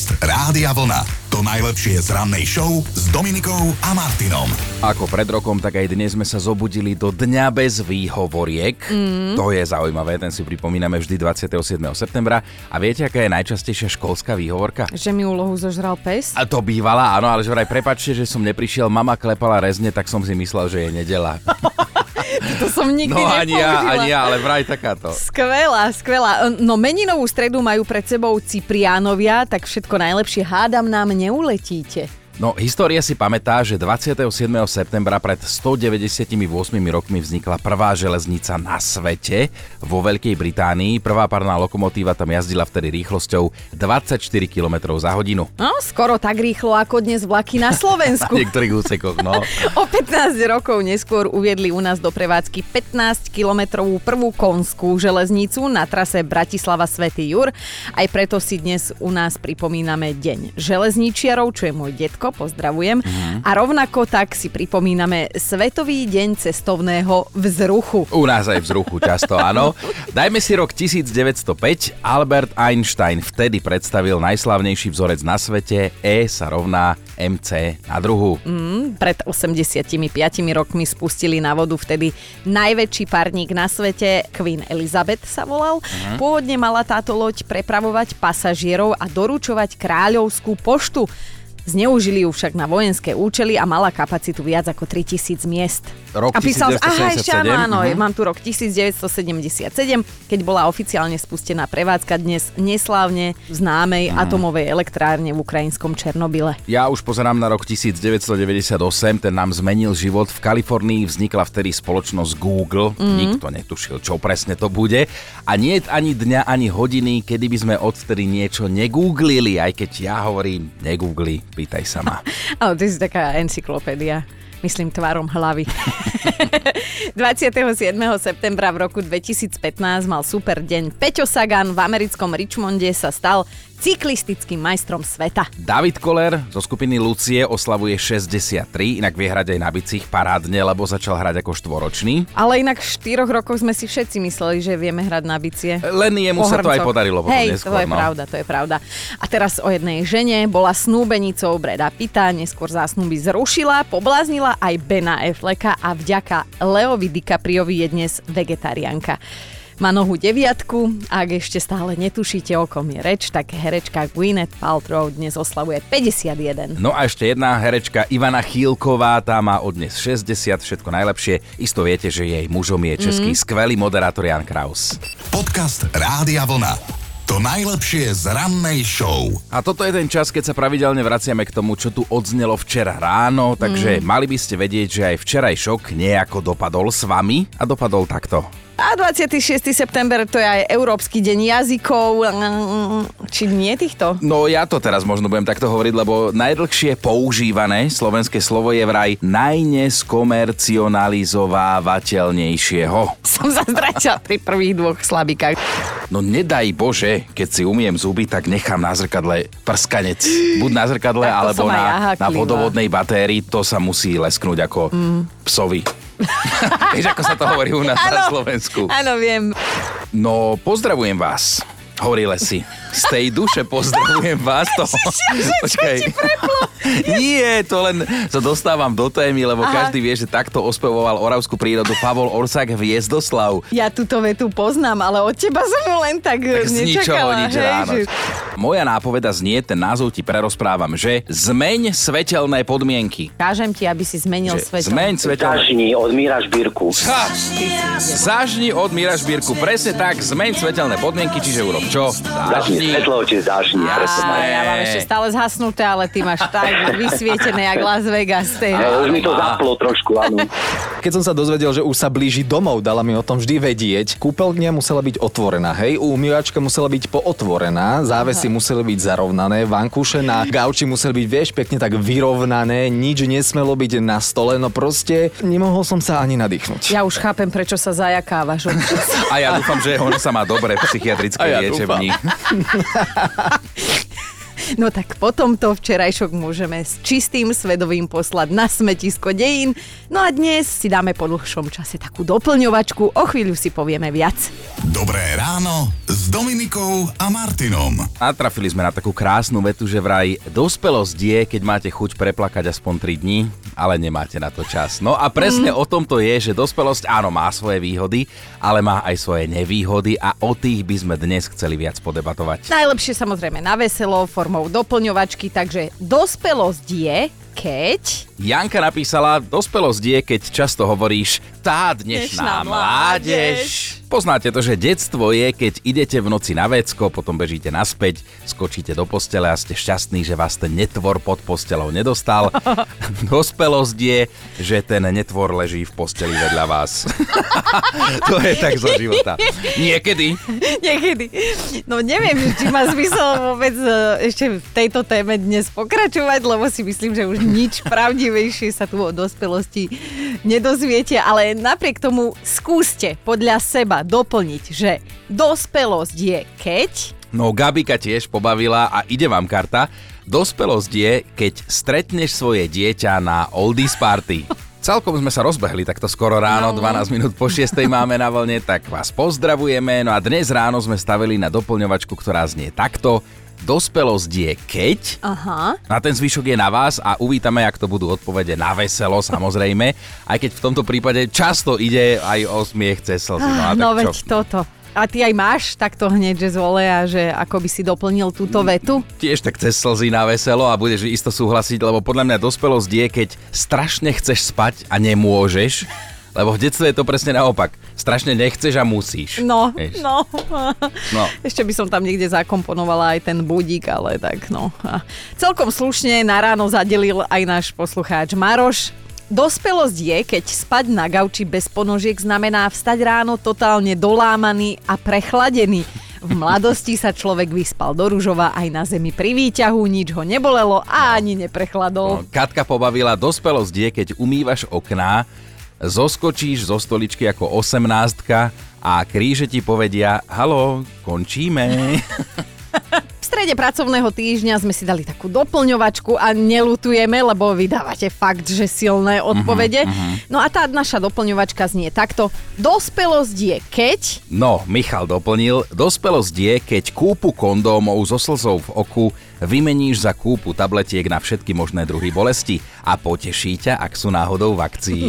Podcast Rádia Vlna. To najlepšie z rannej show s Dominikou a Martinom. Ako pred rokom, tak aj dnes sme sa zobudili do Dňa bez výhovoriek. To je zaujímavé, ten si pripomíname vždy 27. septembra. A viete, aká je najčastejšia školská výhovorka? Že mi úlohu zožral pes? A to bývala, áno, ale že vraj prepáčte, že som neprišiel, mama klepala rezne, tak som si myslel, že je nedeľa. To som nikdy nepoužila. Ani ja, ale vraj takáto. Skvelá. No meninovú stredu majú pred sebou Cipriánovia, tak všetko najlepšie, hádam, nám neuletíte. No, história si pamätá, že 27. septembra pred 198 rokmi vznikla prvá železnica na svete vo Veľkej Británii. Prvá parná lokomotíva tam jazdila vtedy rýchlosťou 24 km za hodinu. No, skoro tak rýchlo ako dnes vlaky na Slovensku. Na niektorých úsekoch, no. O 15 rokov neskôr uviedli u nás do prevádzky 15-kilometrovú prvú konskú železnicu na trase Bratislava-Svätý Jur. Aj preto si dnes u nás pripomíname Deň železničiarov, čo je môj detko. Pozdravujem. A rovnako tak si pripomíname Svetový deň cestovného vzruchu. U nás aj vzruchu často, áno. Dajme si rok 1905. Albert Einstein vtedy predstavil najslávnejší vzorec na svete. E sa rovná MC na druhu. Pred 85 rokmi spustili na vodu vtedy najväčší parník na svete. Queen Elizabeth sa volal. Pôvodne mala táto loď prepravovať pasažierov a doručovať kráľovskú poštu. Zneužili ju však na vojenské účely a mala kapacitu viac ako 3000 miest. Rok 1977? Áno, mám tu rok 1977, keď bola oficiálne spustená prevádzka dnes neslávne známej atomovej elektrárne v ukrajinskom Černobyle. Ja už pozerám na rok 1998, ten nám zmenil život. V Kalifornii vznikla vtedy spoločnosť Google. Nikto netušil, čo presne to bude. A nie je ani dňa, ani hodiny, kedy by sme odtedy niečo negooglili, aj keď ja hovorím negoogli. Pýtaj sa ma. Ale ty si taká encyklopédia. Myslím tvárom hlavy. 27. septembra v roku 2015 mal super deň. Peťo Sagan v americkom Richmonde sa stal cyklistickým majstrom sveta. David Koller zo skupiny Lucie oslavuje 63, inak vie hrať aj na bicích parádne, lebo začal hrať ako štvoročný. Ale inak v 4 rokoch sme si všetci mysleli, že vieme hrať na bicie. Len jemu sa to aj podarilo potom neskôr. To je pravda. A teraz o jednej žene, bola snúbenicou Brada Pitta, neskôr zásnuby zrušila, pobláznila aj Bena Afflecka a vďaka Leovi DiCapriovi je dnes vegetariánka. Má nohu 9, a ak ešte stále netušíte, o kom je reč, tak herečka Gwyneth Paltrow dnes oslavuje 51. No a ešte jedna herečka Ivana Chýlková, tá má odnes 60, všetko najlepšie. Isto viete, že jej mužom je český skvelý moderátor Jan Kraus. Podcast Rádia Vlna. To najlepšie z rannej show. A toto je ten čas, keď sa pravidelne vraciame k tomu, čo tu odznelo včera ráno, takže mali by ste vedieť, že aj včerajšok nejako dopadol s vami a dopadol takto. A 26. september to je aj Európsky deň jazykov. Či nie týchto? No ja to teraz možno budem takto hovoriť, lebo najdlhšie používané slovenské slovo je vraj najneskomercionalizovávateľnejšieho. Som sa zdračila pri prvých 2 slabikách. No nedaj Bože, keď si umiem zuby, tak nechám na zrkadle prskanec. Buď na zrkadle, alebo na vodovodnej batérii. To sa musí lesknúť ako psovi. Vieš, ako sa to hovorí u nás na Slovensku. Áno, viem. No, pozdravujem vás. Hovorile si. Z tej duše pozdravujem vás. Počkaj. Nie, to len sa dostávam do témy, lebo každý vie, že takto ospevoval oravskú prírodu Pavol Orsák Hviezdoslav. Ja túto vetu poznám, ale od teba som ju len tak z ničoho nič ráno. Moja nápoveda znie, ten názov ti prerozprávam, že zmeň svetelné podmienky. Kážem ti, aby si zmenil svetelné. Zažni od Míra Žbírku. Zažni od Míra Žbírku. Presne tak, zmeň svetelné podmienky, čiže urob čo? Zažni svetlo, či zažni. Ja mám ešte stále zhasnuté, ale ty máš tak vysvietené jak Las Vegas. Už mi to zaplo trošku, áno. Keď som sa dozvedel, že už sa blíži domov, dala mi o tom vždy vedieť. Kúpeľňa musela byť otvorená, hej, umývačka musela byť pootvorená, závesy museli byť zarovnané, vankúše na gauči museli byť, vieš, pekne tak vyrovnané, nič nesmelo byť na stole, no proste nemohol som sa ani nadýchnuť. Ja už chápem, prečo sa zajakávaš. A ja dúfam, že ona sa má dobre v psychiatrickej liečebni. No tak po tomto včerajšok môžeme s čistým svedomím poslať na smetisko dejín. No a dnes si dáme po dlhšom čase takú doplňovačku, o chvíľu si povieme viac. Dobré ráno s Dominikou a Martinom. Natrafili sme na takú krásnu vetu, že vraj dospelosť je, keď máte chuť preplakať aspoň 3 dní, ale nemáte na to čas. No a presne o tom to je, že dospelosť áno má svoje výhody, ale má aj svoje nevýhody a o tých by sme dnes chceli viac podebatovať. Najlepšie samozrejme na veselo, formou doplňovačky, takže dospelosť je, keď... Janka napísala, dospelosť je, keď často hovoríš tá dnešná mládež. Poznáte to, že detstvo je, keď idete v noci na vecko, potom bežíte naspäť, skočíte do postele a ste šťastní, že vás ten netvor pod postelou nedostal. Dospelosť je, že ten netvor leží v posteli vedľa vás. To je tak zo života. Niekedy. No neviem, či má zmysel vôbec ešte v tejto téme dnes pokračovať, lebo si myslím, že už nič pravdivejšie sa tu o dospelosti nedozviete, ale napriek tomu skúste podľa seba doplniť, že dospelosť je keď... No Gabika tiež pobavila a ide vám karta. Dospelosť je, keď stretneš svoje dieťa na oldies party. Celkom sme sa rozbehli takto skoro ráno, 12 minút po 6 máme na vlne, tak vás pozdravujeme. No a dnes ráno sme stavili na doplňovačku, ktorá znie takto. Dospelosť je keď... Aha. A ten zvyšok je na vás a uvítame, ak to budú odpovede na veselo, samozrejme. Aj keď v tomto prípade často ide aj o smiech cez slzy. No veď toto. A ty aj máš takto hneď, že z voleja, že ako by si doplnil túto vetu? Tiež tak cez slzy na veselo a budeš isto súhlasiť, lebo podľa mňa dospelosť je, keď strašne chceš spať a nemôžeš. Lebo v detstve je to presne naopak. Strašne nechceš a musíš. No. No. Ešte by som tam niekde zakomponovala aj ten budík, ale tak no. A celkom slušne na ráno zadelil aj náš poslucháč Maroš. Dospelosť je, keď spať na gauči bez ponožiek znamená vstať ráno totálne dolámaný a prechladený. V mladosti sa človek vyspal do ružova aj na zemi pri výťahu, nič ho nebolelo a ani neprechladol. No, Katka pobavila, dospelosť je, keď umývaš okná, zoskočíš zo stoličky ako 18-ka a kríže ti povedia, haló, končíme. V strede pracovného týždňa sme si dali takú doplňovačku a nelutujeme, lebo vydávate fakt, že silné odpovede. No a tá naša doplňovačka znie takto. Dospelosť je keď... No, Michal doplnil, dospelosť je, keď kúpu kondómov so slzou v oku vymeníš za kúpu tabletiek na všetky možné druhy bolesti a poteší ťa, ak sú náhodou v akcii.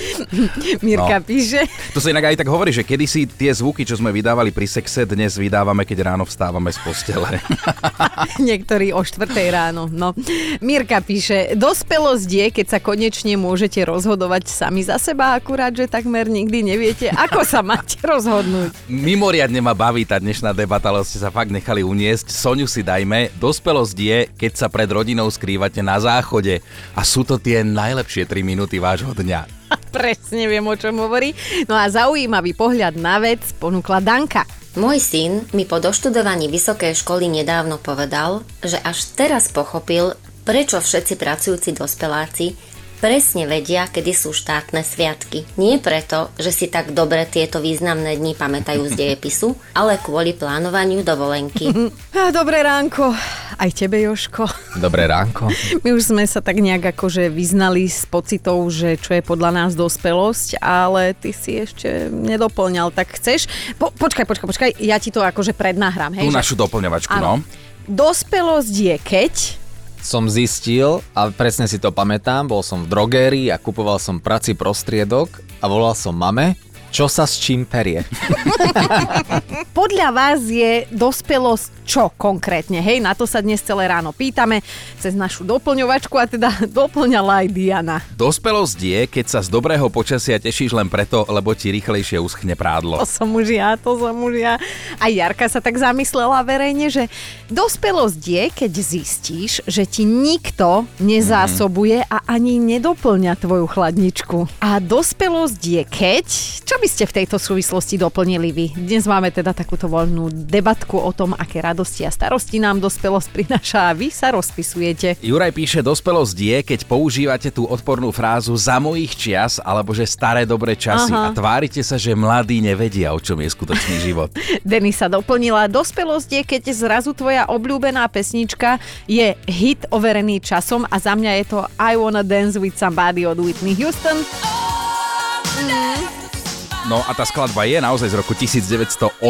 Mirka píše. To sa inak aj tak hovorí, že kedysi tie zvuky, čo sme vydávali pri sexe, dnes vydávame, keď ráno vstávame z postele. Niektorí o 4 ráno. No. Mirka píše, dospelosť je, keď sa konečne môžete rozhodovať sami za seba, akurát, že takmer nikdy neviete, ako sa máte rozhodnúť. Mimoriadne ma baví tá dnešná debata, ale ste sa fakt nechali uniesť. Soňu si dajme. Dospelosť je, keď sa pred rodinou skrývate na záchode a sú to tie najlepšie 3 minúty vášho dňa. Presne viem, o čom hovorí. No a zaujímavý pohľad na vec ponúkla Danka. Môj syn mi po doštudovaní vysokej školy nedávno povedal, že až teraz pochopil, prečo všetci pracujúci dospeláci presne vedia, kedy sú štátne sviatky. Nie preto, že si tak dobre tieto významné dni pamätajú z dejepisu, ale kvôli plánovaniu dovolenky. Dobré ránko. Aj tebe, Jožko. Dobré ránko. My už sme sa tak nejak akože vyznali s pocitou, že čo je podľa nás dospelosť, ale ty si ešte nedoplňal. Tak chceš? Počkaj, ja ti to akože prednahrám. Hej, tú našu doplňovačku, no. Dospelosť je keď... Som zistil, a presne si to pamätám, bol som v drogérii a kupoval som prací prostriedok a volal som mame, čo sa s čím perie. Podľa vás je dospelosť čo konkrétne? Hej, na to sa dnes celé ráno pýtame cez našu doplňovačku a teda doplňala aj Diana. Dospelosť je, keď sa z dobrého počasia tešíš len preto, lebo ti rýchlejšie uschne prádlo. To som už ja. A Jarka sa tak zamyslela verejne, že dospelosť je, keď zistíš, že ti nikto nezásobuje a ani nedoplňa tvoju chladničku. A dospelosť je keď... Čo Čo by ste v tejto súvislosti doplnili vy? Dnes máme teda takúto voľnú debatku o tom, aké radosti a starosti nám dospelosť prináša a vy sa rozpisujete. Juraj píše, dospelosť je, keď používate tú odpornú frázu za mojich čias, alebo že staré dobré časy a tvárite sa, že mladí nevedia, o čom je skutočný život. Denisa doplnila, dospelosť je, keď zrazu tvoja obľúbená pesnička je hit overený časom a za mňa je to I Wanna Dance With Somebody od Whitney Houston. No a tá skladba je naozaj z roku 1987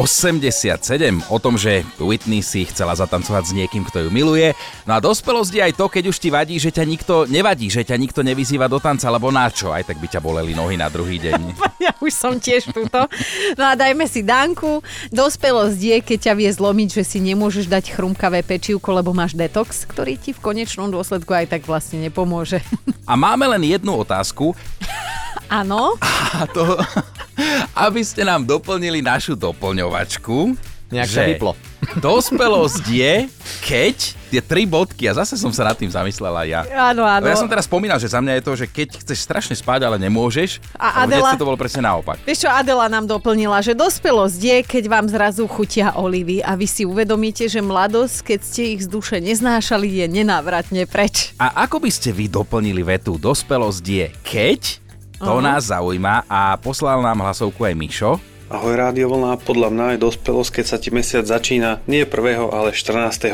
o tom, že Whitney si chcela zatancovať s niekým, kto ju miluje. No a dospelosť je aj to, keď už ti vadí, že ťa nikto nevadí, že ťa nikto nevyzýva do tanca, lebo načo, aj tak by ťa boleli nohy na druhý deň. Ja už som tiež túto. No a dajme si Danku. Dospelosť je, keď ťa vie zlomiť, že si nemôžeš dať chrumkavé pečívko, lebo máš detox, ktorý ti v konečnom dôsledku aj tak vlastne nepomôže. A máme len jednu otázku. Áno. A to, aby ste nám doplnili našu doplňovačku. Nejak sa vyplo. Dospelosť je, keď tie 3 bodky, a zase som sa nad tým zamyslela ja. Áno, áno. Ja som teraz spomínal, že za mňa je to, že keď chceš strašne spať, ale nemôžeš. A Adela, to bolo presne naopak. Vieš čo, Adela nám doplnila, že dospelosť je, keď vám zrazu chutia olivy a vy si uvedomíte, že mladosť, keď ste ich z duše neznášali, je nenávratne preč. A ako by ste vy doplnili vetu? Dospelosť je, keď... To nás zaujíma a poslal nám hlasovku aj Mišo. Ahoj Rádio Vlna, podľa mňa je dospelosť, keď sa ti mesiac začína nie 1., ale 14.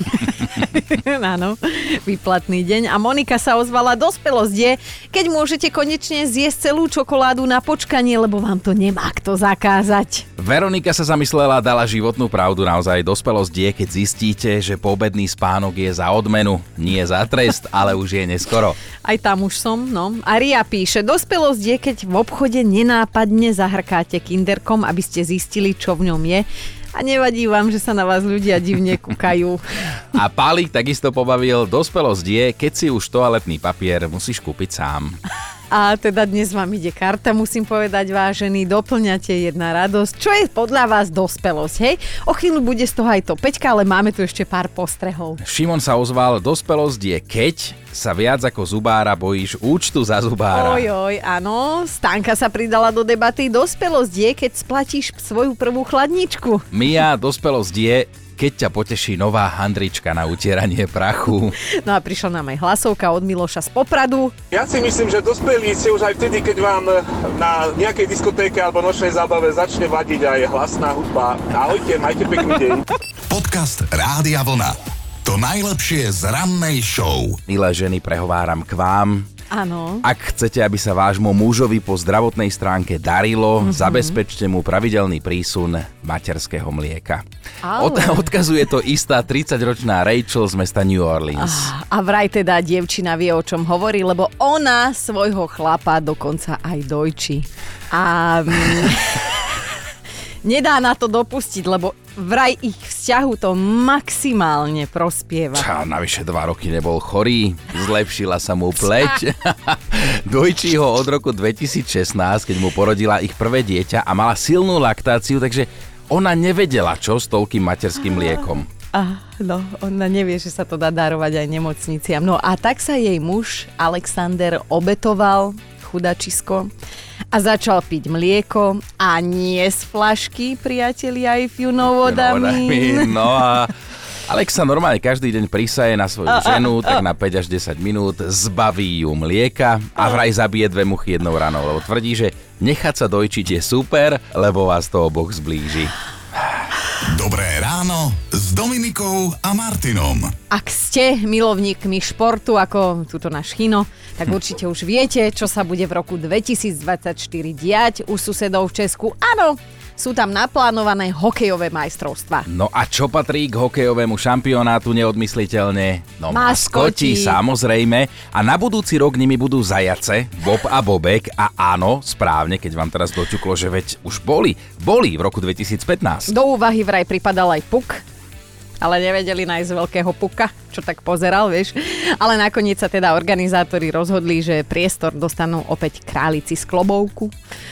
Áno, výplatný deň. A Monika sa ozvala, dospelosť je, keď môžete konečne zjesť celú čokoládu na počkanie, lebo vám to nemá kto zakázať. Veronika sa zamyslela a dala životnú pravdu. Naozaj dospelosť je, keď zistíte, že poobedný spánok je za odmenu, nie za trest, ale už je neskoro. Aj tam už som, no. A Ria píše, dospelosť je, keď v obchode nenápadne zahrkáte kinderkom, aby ste zistili, čo v ňom je. A nevadí vám, že sa na vás ľudia divne kúkajú. A Pálik takisto pobavil, dospelosť je, keď si už toaletný papier musíš kúpiť sám. A teda dnes vám ide karta, musím povedať, vážení, doplňate jedna radosť. Čo je podľa vás dospelosť, hej? O chvíľu bude z toho aj to 5, ale máme tu ešte pár postrehov. Šimon sa ozval, dospelosť je, keď sa viac ako zubára bojíš účtu za zubára. Ojoj, áno. Stanka sa pridala do debaty, dospelosť je, keď splatíš svoju prvú chladničku. Mia, dospelosť je, keď ťa poteší nová handrička na utieranie prachu. No a prišla nám aj hlasovka od Miloša z Popradu. Ja si myslím, že dospelí ste už aj vtedy, keď vám na nejakej diskotéke alebo nočnej zábave začne vadiť aj hlasná hudba. Ahojte, majte pekný deň. Podcast Rádia Vlna. To najlepšie z rannej show. Milé ženy, prehováram k vám. Áno. Ak chcete, aby sa vášmu mužovi po zdravotnej stránke darilo, zabezpečte mu pravidelný prísun materského mlieka. Odkazuje to istá 30-ročná Rachel z mesta New Orleans. A vraj teda dievčina vie, o čom hovorí, lebo ona svojho chlapa dokonca aj dojčí. A nedá na to dopustiť, lebo vraj ich vzťahu to maximálne prospieva. Navyše 2 roky nebol chorý, zlepšila sa mu pleť. Dojčí ho od roku 2016, keď mu porodila ich prvé dieťa a mala silnú laktáciu, takže ona nevedela, čo s toľkým materským mliekom. No, ona nevie, že sa to dá darovať aj nemocniciam. No a tak sa jej muž Alexander obetoval, chudačisko, a začal piť mlieko a nie z flašky, priatelia, if you know what I mean. No a Alex sa normálne každý deň prisaje na svoju ženu, tak na 5 až 10 minút zbaví ju mlieka a vraj zabije 2 muchy jednou ranou, lebo tvrdí, že nechať sa dojčiť je super, lebo vás to oboch zblíži. Dobré ráno s Dominikou a Martinom. Ak ste milovníkmi športu, ako túto náš Chino, tak určite už viete, čo sa bude v roku 2024 diať u susedov v Česku. Áno, sú tam naplánované hokejové majstrovstvá. No a čo patrí k hokejovému šampionátu neodmysliteľne? No maskoti, samozrejme. A na budúci rok nimi budú zajace, Bob a Bobek. A áno, správne, keď vám teraz doťuklo, že veď už boli v roku 2015. Do úvahy vraj pripadal aj puk, ale nevedeli nájsť veľkého puka, čo tak pozeral, vieš. Ale nakoniec sa teda organizátori rozhodli, že priestor dostanú opäť králici z klobouku.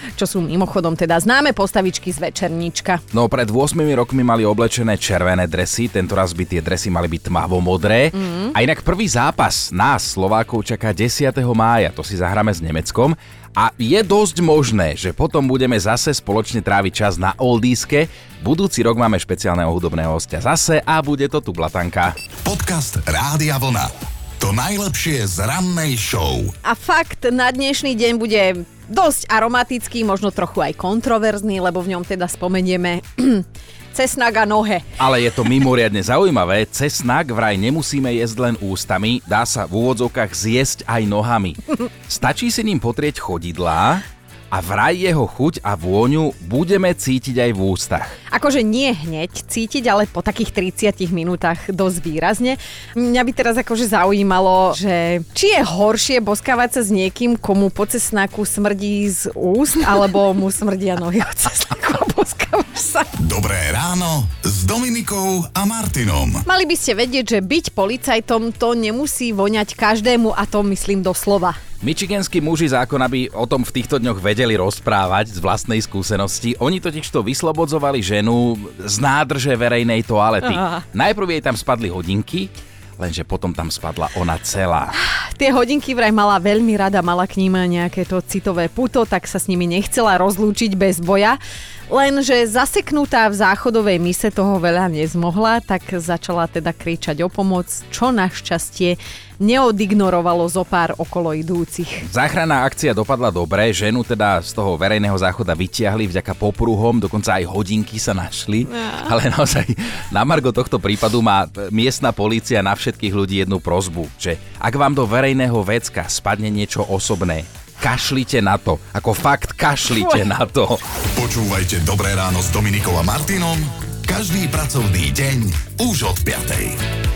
čo sú mimochodom teda známe postavičky z Večerníčka. No pred 8 rokmi mali oblečené červené dresy, tento raz by tie dresy mali byť tmavo-modré. A inak prvý zápas nás, Slovákov, čaká 10. mája, to si zahráme s Nemeckom. A je dosť možné, že potom budeme zase spoločne tráviť čas na oldíske. Budúci rok máme špeciálneho hudobného hostia zase a bude to tu Blatanka. Podcast Rádia Vlna. To najlepšie z rannej show. A fakt, na dnešný deň bude dosť aromatický, možno trochu aj kontroverzný, lebo v ňom teda spomenieme cesnak a nohe. Ale je to mimoriadne zaujímavé. Cesnak vraj nemusíme jesť len ústami, dá sa v úvodzovkách zjesť aj nohami. Stačí si ním potrieť chodidlá a vraj jeho chuť a vôňu budeme cítiť aj v ústach. Akože nie hneď cítiť, ale po takých 30 minútach dosť výrazne. Mňa by teraz akože zaujímalo, že či je horšie boskávať sa s niekým, komu po cesnaku smrdí z úst, alebo mu smrdia nohy od cesnaku a boskávaš sa. Dobré ráno s Dominikou a Martinom. Mali by ste vedieť, že byť policajtom to nemusí voňať každému, a to myslím doslova. Michiganskí muži zákona by o tom v týchto dňoch vedeli rozprávať z vlastnej skúsenosti. Oni totižto vyslobodzovali ženu z nádrže verejnej toalety. Najprv jej tam spadli hodinky, lenže potom tam spadla ona celá. Tie hodinky vraj mala veľmi rada, mala k ním nejaké to citové puto, tak sa s nimi nechcela rozlúčiť bez boja. Lenže zaseknutá v záchodovej mise toho veľa nezmohla, tak začala teda kričať o pomoc, čo našťastie neodignorovalo zo pár okolo idúcich. Záchranná akcia dopadla dobre, ženu teda z toho verejného záchoda vytiahli vďaka popruhom, dokonca aj hodinky sa našli. Ale naozaj na margo tohto prípadu má miestna polícia na všetkých ľudí jednu prosbu, že ak vám do verejného vecka spadne niečo osobné, kašlite na to. Ako fakt kašlite na to. Počúvajte Dobré ráno s Dominikou a Martinom každý pracovný deň už od 5.